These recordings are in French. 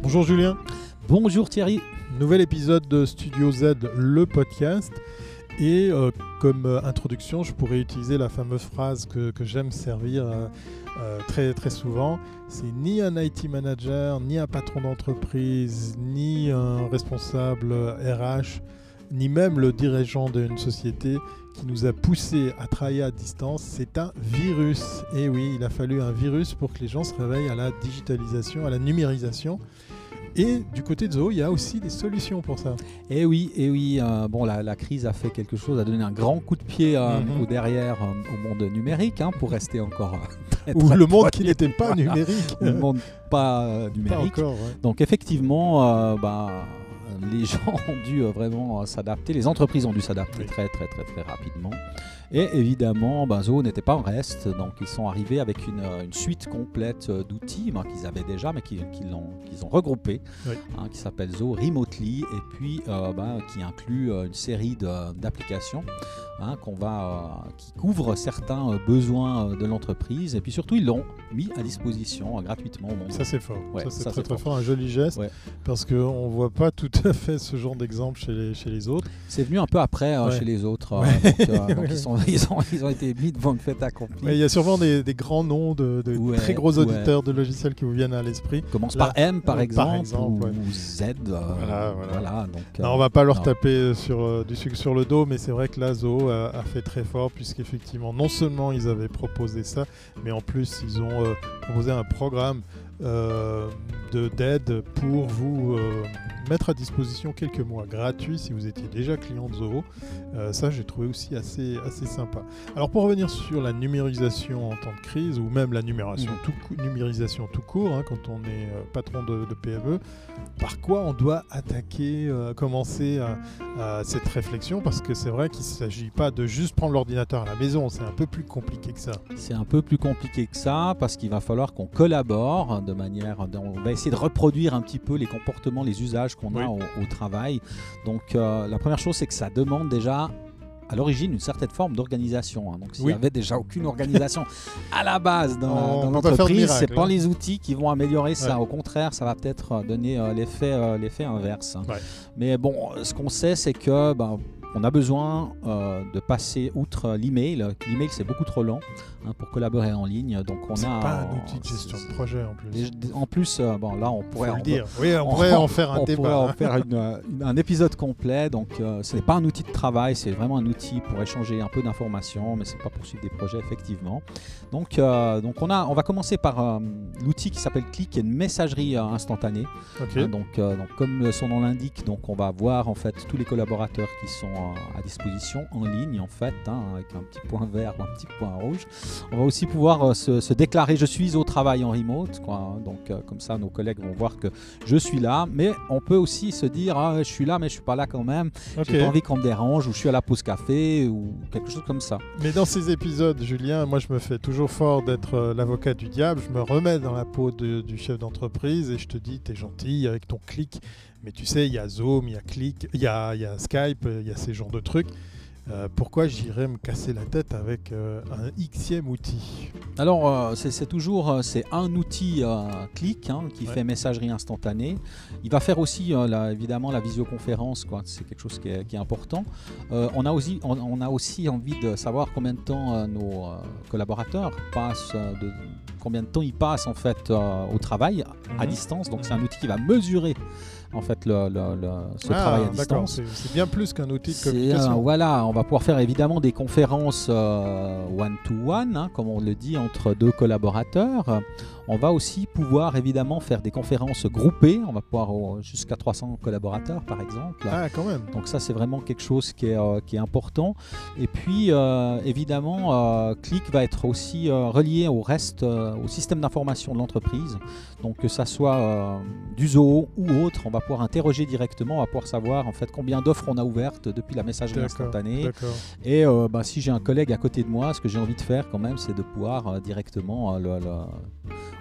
Bonjour Julien. Bonjour Thierry. Nouvel épisode de Studio Z, le podcast. Et comme introduction, je pourrais utiliser la fameuse phrase que j'aime servir très, très souvent. C'est ni un IT manager, ni un patron d'entreprise, ni un responsable RH, ni même le dirigeant d'une société qui nous a poussé à travailler à distance. C'est un virus. Et oui, il a fallu un virus pour que les gens se réveillent à la digitalisation, à la numérisation. Et du côté de Zoho, il y a aussi des solutions pour ça. Eh oui. La crise a fait quelque chose, a donné un grand coup de pied au derrière au monde numérique, pour rester encore ou le monde qui n'était pas numérique. Le monde pas numérique. Pas encore, ouais. Donc effectivement, les gens ont dû vraiment s'adapter, les entreprises ont dû s'adapter très rapidement. Et évidemment, Zoho n'était pas en reste, donc ils sont arrivés avec une suite complète d'outils qu'ils avaient déjà, mais qu'ils ont regroupés, qui s'appelle Zoho Remotely, et puis qui inclut une série d'applications qui couvrent certains besoins de l'entreprise, et puis surtout ils l'ont mis à disposition gratuitement au monde. Ça c'est fort, ouais, ça c'est très fort, un joli geste, parce qu'on ne voit pas tout à fait ce genre d'exemple chez les autres. C'est venu un peu après chez les autres, donc ils ont été mis devant le fait accompli. Il y a sûrement des grands noms de très gros auditeurs de logiciels qui vous viennent à l'esprit. Commence par M par exemple ou Z. Voilà. Donc, non, on ne va pas leur taper du sucre sur le dos, mais c'est vrai que là, Zoho a fait très fort, puisqu'effectivement, non seulement ils avaient proposé ça, mais en plus ils ont proposé un programme d'aide pour vous mettre à disposition quelques mois gratuits si vous étiez déjà client de Zoho. Ça, j'ai trouvé aussi assez sympa. Alors, pour revenir sur la numérisation en temps de crise, ou même la numérisation tout court, quand on est patron de PME, par quoi on doit commencer cette réflexion? Parce que c'est vrai qu'il ne s'agit pas de juste prendre l'ordinateur à la maison, c'est un peu plus compliqué que ça. C'est un peu plus compliqué que ça, parce qu'il va falloir qu'on collabore de manière... On va essayer de reproduire un petit peu les comportements, les usages qu'on a au travail. Donc la première chose, c'est que ça demande déjà à l'origine une certaine forme d'organisation. Donc s'il n'y avait déjà aucune organisation à la base dans l'entreprise, ce n'est pas les outils qui vont améliorer ça. Au contraire, ça va peut-être donner l'effet inverse. Mais bon, ce qu'on sait, c'est que on a besoin de passer outre l'email. L'email, c'est beaucoup trop lent pour collaborer en ligne. Donc c'est pas un outil de gestion de projet en plus. En plus, là, on pourrait en faire un débat. On pourrait en faire un épisode complet. Donc, ce n'est pas un outil de travail, c'est vraiment un outil pour échanger un peu d'informations, mais c'est pas pour suivre des projets, effectivement. Donc on va commencer par l'outil qui s'appelle Qlik, qui est une messagerie instantanée. Donc, comme son nom l'indique, donc on va voir en fait tous les collaborateurs qui sont à disposition en ligne, en fait, avec un petit point vert ou un petit point rouge. On va aussi pouvoir se déclarer « Je suis au travail en remote ». Donc, comme ça, nos collègues vont voir que je suis là. Mais on peut aussi se dire « Je suis là, mais je ne suis pas là quand même. J'ai pas envie qu'on me dérange » ou « Je suis à la pause café » ou quelque chose comme ça. Mais dans ces épisodes, Julien, moi, je me fais toujours fort d'être l'avocat du diable. Je me remets dans la peau du chef d'entreprise et je te dis « T'es gentil avec ton Qlik ». Mais tu sais, il y a Zoom, il y a Qlik, il y a Skype, il y a ces genres de trucs. Pourquoi j'irais me casser la tête avec un Xème outil? Alors, c'est un outil Qlik qui fait messagerie instantanée. Il va faire aussi évidemment la visioconférence, c'est quelque chose qui est important. On a aussi envie de savoir combien de temps nos collaborateurs passent, combien de temps ils passent en fait au travail à distance. Donc c'est un outil qui va mesurer en fait ce travail à distance. C'est bien plus qu'un outil de communication. On va pouvoir faire évidemment des conférences one-to-one, comme on le dit, entre deux collaborateurs. On va aussi pouvoir évidemment faire des conférences groupées. On va pouvoir jusqu'à 300 collaborateurs par exemple. Ah, quand même. Donc ça, c'est vraiment quelque chose qui est important. Et puis évidemment, Qlik va être aussi relié au reste, au système d'information de l'entreprise. Donc que ça soit du Zoho ou autre, on va pouvoir interroger directement, on va pouvoir savoir en fait combien d'offres on a ouvertes depuis la messagerie instantanée. Et si j'ai un collègue à côté de moi, ce que j'ai envie de faire quand même, c'est de pouvoir directement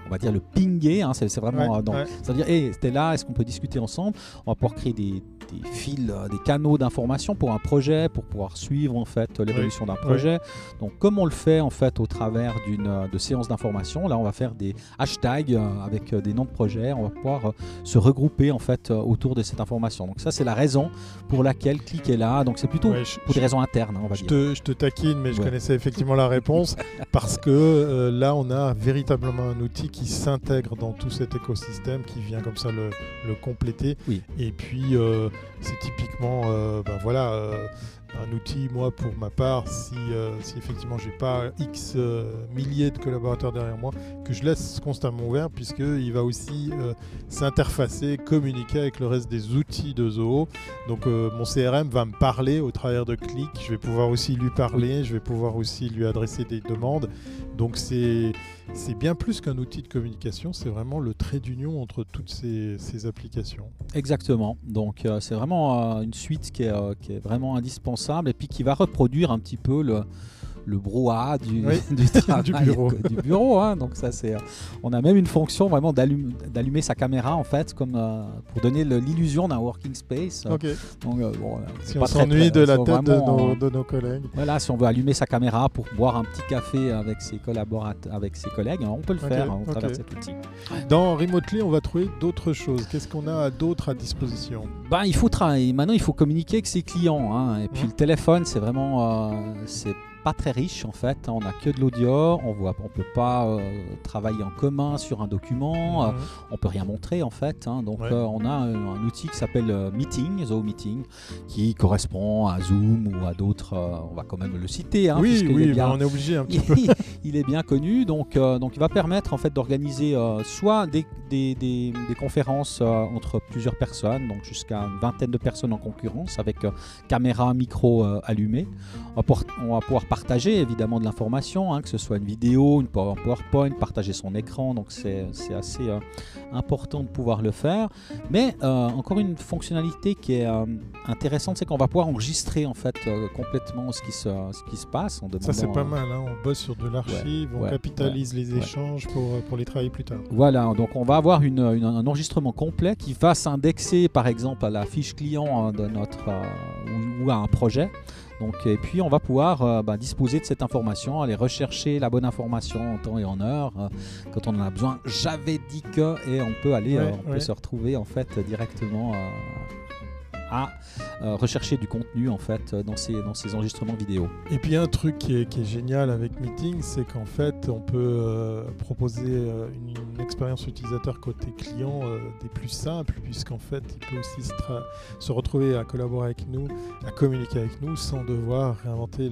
on va dire le pinguer, hein, c'est vraiment c'est-à-dire, hey, t'es là, est-ce qu'on peut discuter ensemble? On va pouvoir créer des fils, des canaux d'information pour un projet, pour pouvoir suivre en fait l'évolution d'un projet. Donc comme on le fait en fait au travers de séances d'information, là on va faire des hashtags avec des noms de projets, on va pouvoir se regrouper en fait autour de cette information. Donc ça c'est la raison pour laquelle Qlik est là. Donc c'est plutôt pour des raisons internes, on va dire. Je te taquine, mais je connaissais effectivement la réponse parce que là on a véritablement un outil qui s'intègre dans tout cet écosystème, qui vient comme ça le compléter. Et puis c'est typiquement un outil, moi pour ma part, si effectivement j'ai pas X milliers de collaborateurs derrière moi, que je laisse constamment ouvert, puisqu'il va aussi s'interfacer, communiquer avec le reste des outils de Zoho. Donc mon CRM va me parler au travers de Qlik, je vais pouvoir aussi lui parler, je vais pouvoir aussi lui adresser des demandes. Donc c'est bien plus qu'un outil de communication, c'est vraiment le trait d'union entre toutes ces applications. Exactement, donc c'est vraiment une suite qui est vraiment indispensable et puis qui va reproduire un petit peu le brouhaha du travail, du bureau. Hein. Donc ça, on a même une fonction vraiment d'allumer sa caméra en fait, comme pour donner l'illusion d'un working space. Okay. Donc, si on s'ennuie de la tête de nos collègues. Voilà, si on veut allumer sa caméra pour boire un petit café avec ses collaborateurs, avec ses collègues, on peut le faire au travers de cet outil. Dans Remotely, on va trouver d'autres choses. Qu'est-ce qu'on a d'autre à disposition? Il faut travailler. Maintenant, il faut communiquer avec ses clients. Hein. Et puis le téléphone, c'est vraiment c'est pas très riche en fait, on n'a que de l'audio, on peut pas travailler en commun sur un document, on peut rien montrer en fait, hein. Donc on a un outil qui s'appelle Meeting, Zoho Meeting, qui correspond à Zoom ou à d'autres, on va quand même le citer, hein, on est obligé un petit peu. Il est bien connu, donc il va permettre en fait d'organiser soit des conférences entre plusieurs personnes, donc jusqu'à une vingtaine de personnes en concurrence, avec caméra, micro allumé. On va pouvoir partager évidemment de l'information, hein, que ce soit une vidéo, une PowerPoint, partager son écran, donc c'est assez important de pouvoir le faire. Mais encore une fonctionnalité qui est intéressante, c'est qu'on va pouvoir enregistrer en fait complètement ce qui se passe. Ça c'est pas mal, hein, on bosse sur de l'archive, on capitalise les échanges pour les travailler plus tard. Voilà, donc on va avoir un enregistrement complet qui va s'indexer par exemple à la fiche client de notre ou à un projet. Donc, et puis on va pouvoir disposer de cette information, aller rechercher la bonne information en temps et en heure quand on en a besoin. J'avais dit que, et on peut aller, peut se retrouver en fait directement à rechercher du contenu en fait dans ces enregistrements vidéo. Et puis un truc qui est génial avec Meeting, c'est qu'en fait on peut proposer une expérience utilisateur côté client des plus simples, puisqu'en fait il peut aussi se retrouver à collaborer avec nous, à communiquer avec nous sans devoir réinventer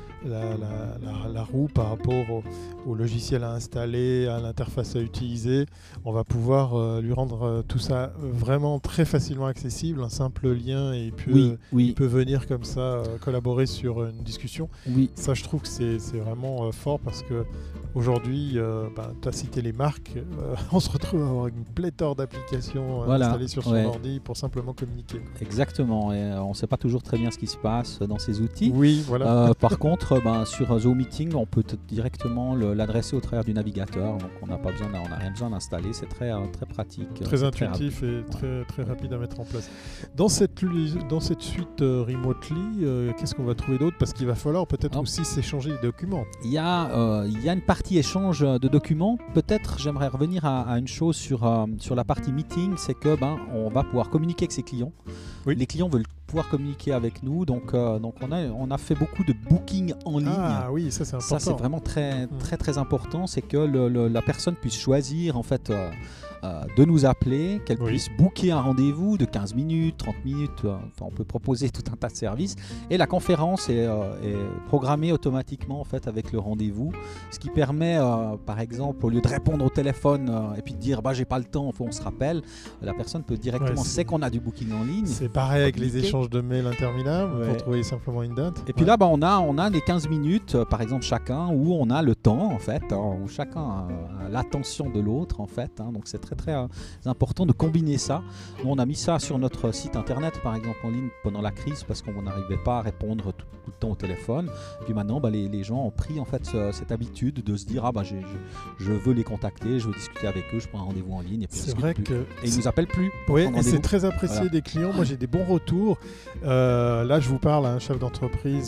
la roue par rapport au logiciel à installer, à l'interface à utiliser. On va pouvoir lui rendre tout ça vraiment très facilement accessible, un simple lien, et il peut venir comme ça collaborer sur une discussion. Ça, je trouve que c'est vraiment fort, parce que aujourd'hui, tu as cité les marques, on se retrouve à avoir une pléthore d'applications installées sur son ordi pour simplement communiquer. Exactement, et on ne sait pas toujours très bien ce qui se passe dans ces outils. Par contre, sur Zoho Meeting, on peut directement l'adresser au travers du navigateur, donc on n'a rien besoin d'installer, c'est très pratique. Très intuitif et très rapide à mettre en place. Dans cette suite Remotely, qu'est-ce qu'on va trouver d'autre? Parce qu'il va falloir peut-être aussi s'échanger des documents. Il y a une partie échange de documents. Peut-être j'aimerais revenir à une chose sur la partie meeting, c'est que on va pouvoir communiquer avec ses clients. Les clients veulent pouvoir communiquer avec nous, donc on a fait beaucoup de booking en ligne. Ah oui, ça c'est important. Ça c'est vraiment très important, c'est que la personne puisse choisir en fait de nous appeler, qu'elle puisse booker un rendez-vous de 15 minutes, 30 minutes, on peut proposer tout un tas de services, et la conférence est programmée automatiquement en fait avec le rendez-vous, ce qui permet par exemple, au lieu de répondre au téléphone et puis de dire j'ai pas le temps, on se rappelle, la personne peut directement, sait qu'on a du booking en ligne. C'est pareil avec les échanges de mails interminables pour trouver simplement une date. Et puis là on a les 15 minutes par exemple chacun, où on a le temps en fait, où chacun a l'attention de l'autre en fait, hein, donc c'est très très très important de combiner ça. Nous, on a mis ça sur notre site internet, par exemple, en ligne pendant la crise, parce qu'on n'arrivait pas à répondre tout le temps au téléphone. Puis maintenant, les gens ont pris en fait cette habitude de se dire je veux les contacter, je veux discuter avec eux, je prends un rendez-vous en ligne et puis c'est vrai que et ils nous appellent plus. Oui, et c'est très apprécié des clients. Moi, j'ai des bons retours. Là, je vous parle à un chef d'entreprise,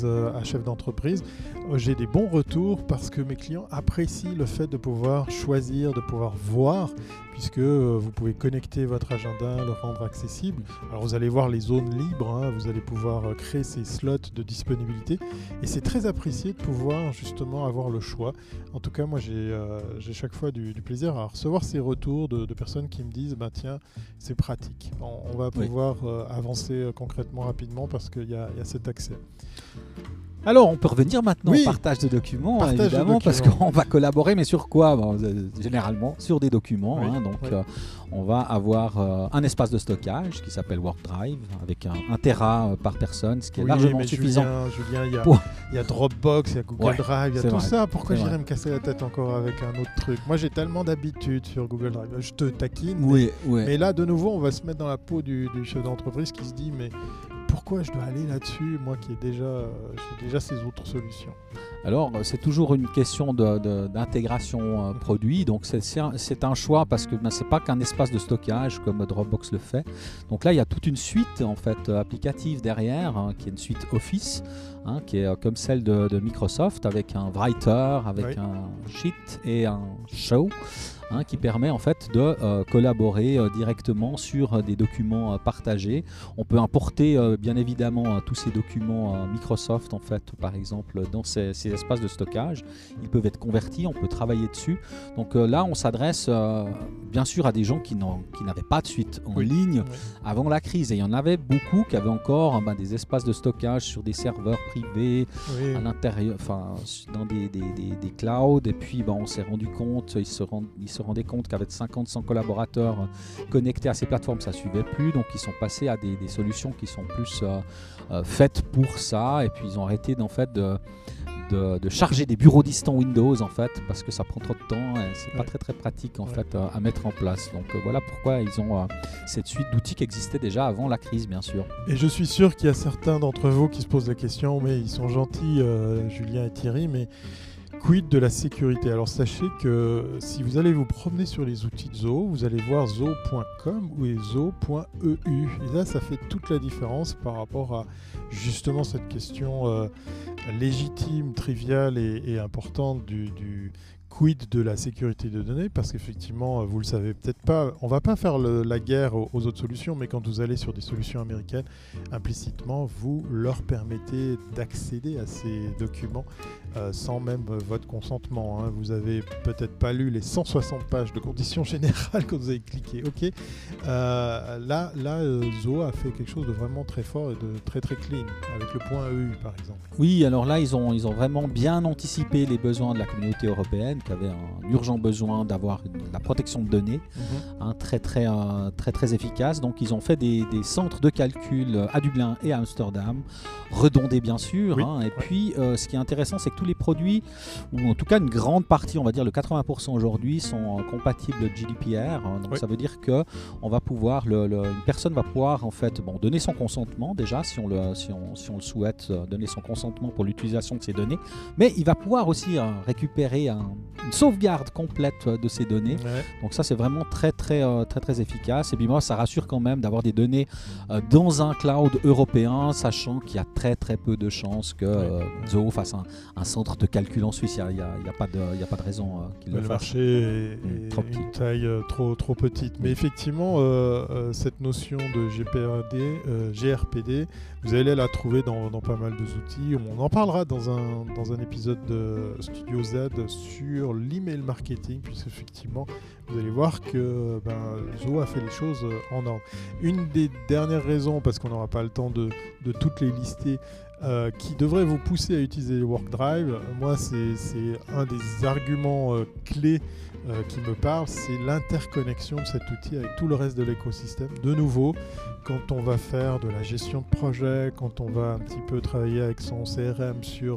j'ai des bons retours parce que mes clients apprécient le fait de pouvoir choisir, de pouvoir voir, puisque vous pouvez connecter votre agenda, le rendre accessible. Alors vous allez voir les zones libres, vous allez pouvoir créer ces slots de disponibilité et c'est très apprécié de pouvoir justement avoir le choix. En tout cas, moi j'ai chaque fois du plaisir à recevoir ces retours de personnes qui me disent tiens, c'est pratique, on va pouvoir avancer concrètement rapidement parce qu'il y a cet accès. Alors, on peut revenir maintenant au partage de documents, évidemment, parce qu'on va collaborer, mais sur quoi ? Généralement, sur des documents. On va avoir un espace de stockage qui s'appelle WorkDrive, avec 1 Tera par personne, ce qui est largement suffisant. Julien, il y a Dropbox, il y a Google Drive, il y a tout ça. Pourquoi j'irais me casser la tête encore avec un autre truc ? Moi, j'ai tellement d'habitude sur Google Drive. Je te taquine, mais là, de nouveau, on va se mettre dans la peau du chef d'entreprise qui se dit mais pourquoi je dois aller là-dessus, moi qui j'ai déjà ces autres solutions. Alors, c'est toujours une question d'intégration produit. Donc, c'est un choix parce que c'est pas qu'un espace de stockage comme Dropbox le fait. Donc là, il y a toute une suite en fait applicative derrière, qui est une suite Office, qui est comme celle de Microsoft, avec un Writer, avec un Sheet et un Show. Qui permet en fait de collaborer directement sur des documents partagés. On peut importer bien évidemment tous ces documents Microsoft en fait, par exemple dans ces espaces de stockage. Ils peuvent être convertis, on peut travailler dessus. Donc là, on s'adresse bien sûr à des gens qui n'avaient pas de suite en ligne avant la crise. Et il y en avait beaucoup qui avaient encore des espaces de stockage sur des serveurs privés à l'intérieur, dans des clouds. Et puis on s'est rendu compte, ils se rendaient compte qu'avec 50-100 collaborateurs connectés à ces plateformes, ça ne suivait plus. Donc, ils sont passés à des solutions qui sont plus faites pour ça. Et puis, ils ont arrêté de charger des bureaux distants Windows, en fait, parce que ça prend trop de temps et c'est pas très, très pratique, en fait, à mettre en place. Donc, voilà pourquoi ils ont cette suite d'outils qui existait déjà avant la crise, bien sûr. Et je suis sûr qu'il y a certains d'entre vous qui se posent la question, mais ils sont gentils, Julien et Thierry, mais quid de la sécurité ? Alors sachez que si vous allez vous promener sur les outils de Zoho, vous allez voir zoho.com ou zoho.eu. Et là, ça fait toute la différence par rapport à justement cette question légitime, triviale et importante du quid de la sécurité de données, parce qu'effectivement, vous le savez peut-être pas, on va pas faire la guerre aux autres solutions, mais quand vous allez sur des solutions américaines, implicitement, vous leur permettez d'accéder à ces documents sans même votre consentement. Vous avez peut-être pas lu les 160 pages de conditions générales quand vous avez cliqué OK. Là, Zoho a fait quelque chose de vraiment très fort et de très très clean, avec le point .eu par exemple. Oui, alors là, ils ont vraiment bien anticipé les besoins de la communauté européenne, qui avait un urgent besoin d'avoir la protection de données, très efficace. Donc ils ont fait des centres de calcul à Dublin et à Amsterdam, redondés bien sûr. Puis ce qui est intéressant, c'est que tous les produits, ou en tout cas une grande partie, on va dire le 80% aujourd'hui, sont compatibles GDPR. Donc ça veut dire que on va pouvoir, une personne va pouvoir en fait donner son consentement déjà, si on le souhaite, donner son consentement pour l'utilisation de ces données, mais il va pouvoir aussi récupérer une sauvegarde complète de ces données. Donc ça, c'est vraiment très efficace. Et puis moi, ça rassure quand même d'avoir des données dans un cloud européen, sachant qu'il y a très peu de chances que Zoho fasse un centre de calcul en Suisse. Il n'y a pas de raison qu'il le fasse. Le marché est une taille trop petite. Mais effectivement, cette notion de GRPD, vous allez la trouver dans pas mal d'outils. On en parlera dans un épisode de Studio Z sur l'email marketing, puisqu'effectivement, vous allez voir que Zoho a fait les choses en ordre. Une des dernières raisons, parce qu'on n'aura pas le temps de toutes les lister, qui devrait vous pousser à utiliser le WorkDrive, moi c'est un des arguments clés qui me parle, c'est l'interconnexion de cet outil avec tout le reste de l'écosystème. De nouveau, quand on va faire de la gestion de projet, quand on va un petit peu travailler avec son CRM sur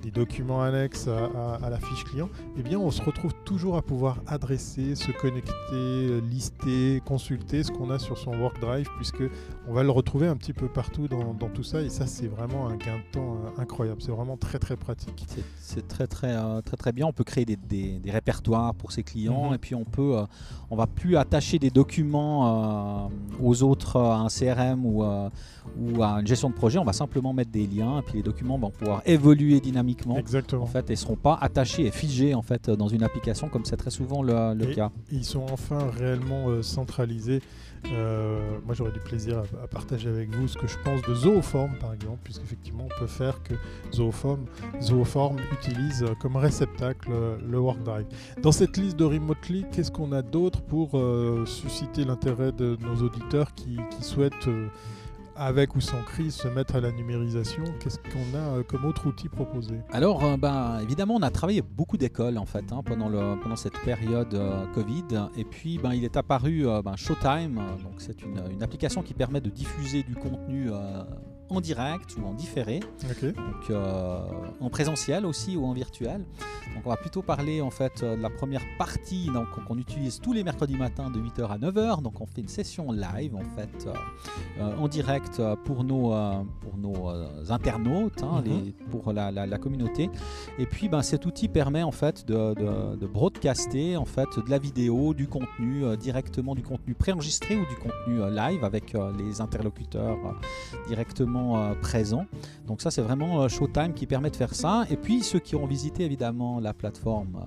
des documents annexes à la fiche client, eh bien on se retrouve toujours à pouvoir adresser, se connecter, lister, consulter ce qu'on a sur son WorkDrive, puisque on va le retrouver un petit peu partout dans tout ça, et ça c'est vraiment un gain de temps incroyable, c'est vraiment très très pratique. C'est très bien, on peut créer des répertoires pour ses clients, et puis on va plus attacher des documents aux autres, à un CRM ou à une gestion de projet, on va simplement mettre des liens, et puis les documents vont pouvoir évoluer dynamiquement. Exactement. En fait, et ne seront pas attachés et figés en fait dans une application comme c'est très souvent le cas. Ils sont enfin réellement centralisés. Moi j'aurais du plaisir à partager avec vous ce que je pense de Zooform par exemple, puisqu'effectivement on peut faire que Zooform utilise comme réceptacle le WorkDrive. Dans cette liste de Remotely, qu'est-ce qu'on a d'autre pour susciter l'intérêt de nos auditeurs qui souhaitent avec ou sans crise, se mettre à la numérisation? Qu'est-ce qu'on a comme autre outil proposé? Alors, évidemment, on a travaillé beaucoup d'écoles en fait pendant cette période Covid. Et puis, il est apparu Showtime. Donc, c'est une application qui permet de diffuser du contenu en direct ou en différé, okay. Donc en présentiel aussi ou en virtuel. Donc on va plutôt parler en fait de la première partie qu'on utilise tous les mercredis matins de 8h à 9h. Donc on fait une session live en fait en direct pour nos internautes, pour la communauté. Et puis cet outil permet en fait de broadcaster en fait de la vidéo, du contenu directement, du contenu préenregistré ou du contenu live avec les interlocuteurs directement présents. Donc ça c'est vraiment Showtime qui permet de faire ça. Et puis ceux qui ont visité évidemment la plateforme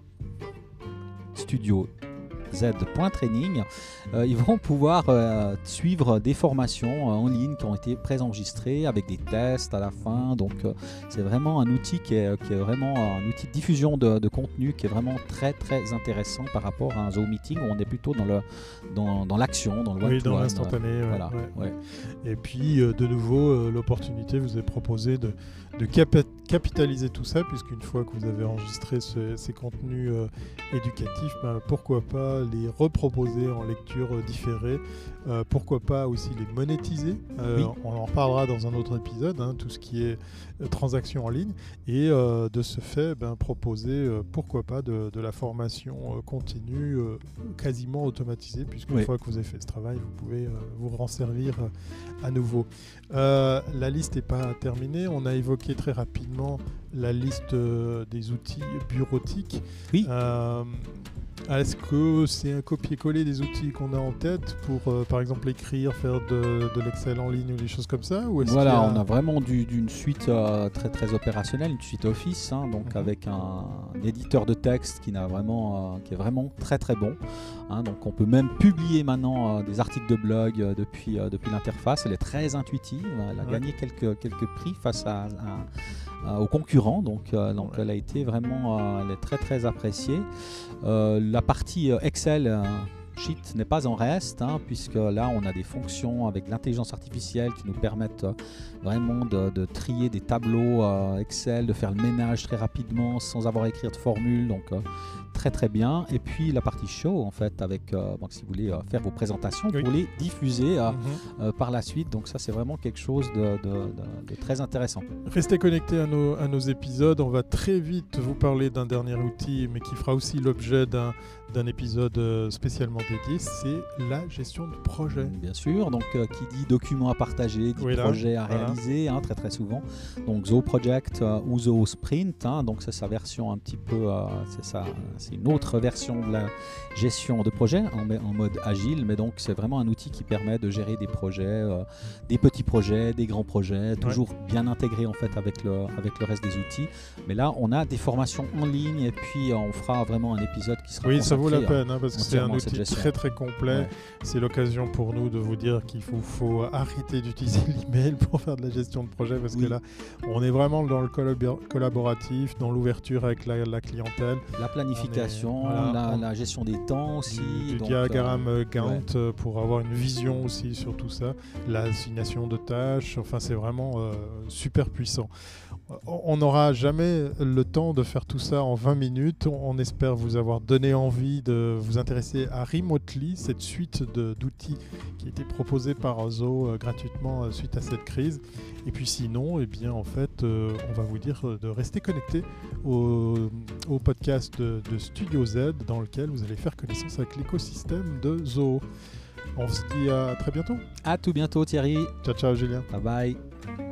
Studio Z.training, ils vont pouvoir suivre des formations en ligne qui ont été préenregistrées avec des tests à la fin. Donc c'est vraiment un outil qui est vraiment un outil de diffusion de contenu qui est vraiment très très intéressant par rapport à un Zoom Meeting où on est plutôt dans l'action, dans le one-to-one. Oui, dans l'instantané. Voilà, ouais. Et puis de nouveau, l'opportunité vous est proposée de capitaliser tout ça, puisqu'une fois que vous avez enregistré ces contenus éducatifs, pourquoi pas les reproposer en lecture différée, pourquoi pas aussi les monétiser. Oui. On en reparlera dans un autre épisode, tout ce qui est transactions en ligne, et de ce fait proposer pourquoi pas de la formation continue quasiment automatisée, puisqu'une fois que vous avez fait ce travail, vous pouvez vous en servir à nouveau. La liste n'est pas terminée, on a évoqué très rapidement la liste des outils bureautiques. Oui. Est-ce que c'est un copier-coller des outils qu'on a en tête pour, par exemple, écrire, faire de l'Excel en ligne ou des choses comme ça, ou Voilà, on a vraiment d'une suite très très opérationnelle, une suite Office, donc avec un éditeur de texte qui est vraiment très très bon. Donc on peut même publier maintenant des articles de blog depuis l'interface. Elle est très intuitive, elle a gagné quelques prix face aux concurrents, donc elle a été vraiment elle est très très appréciée. La partie Excel Sheet n'est pas en reste, puisque là on a des fonctions avec l'intelligence artificielle qui nous permettent vraiment de trier des tableaux Excel, de faire le ménage très rapidement sans avoir à écrire de formule, donc très très bien. Et puis la partie show en fait, avec si vous voulez faire vos présentations pour les diffuser par la suite, donc ça c'est vraiment quelque chose de très intéressant. Restez connectés à nos épisodes, on va très vite vous parler d'un dernier outil mais qui fera aussi l'objet d'un épisode spécialement dédié, c'est la gestion de projet. Bien sûr, donc qui dit documents à partager, dit projet à réaliser, très très souvent. Donc Zoo Project ou Zoo Sprint, donc c'est sa version un petit peu, c'est une autre version de la gestion de projet en mode agile, mais donc c'est vraiment un outil qui permet de gérer des projets, des petits projets, des grands projets, toujours bien intégré en fait avec le reste des outils. Mais là, on a des formations en ligne et puis on fera vraiment un épisode qui sera ça vaut la peine parce que c'est un outil très très complet. Ouais. C'est l'occasion pour nous de vous dire qu'il faut arrêter d'utiliser l'email pour faire de la gestion de projet, parce que là, on est vraiment dans le collaboratif, dans l'ouverture avec la clientèle. La planification, la gestion des temps aussi. Du diagramme Gantt pour avoir une vision aussi sur tout ça. L'assignation de tâches, enfin c'est vraiment super puissant. On n'aura jamais le temps de faire tout ça en 20 minutes. On espère vous avoir donné envie de vous intéresser à Remotely, cette suite d'outils qui a été proposée par Zo gratuitement suite à cette crise. Et puis sinon, eh bien, en fait, on va vous dire de rester connecté au podcast de Studio Z, dans lequel vous allez faire connaissance avec l'écosystème de Zo. On se dit à très bientôt. À tout bientôt Thierry. Ciao, ciao Julien. Bye bye.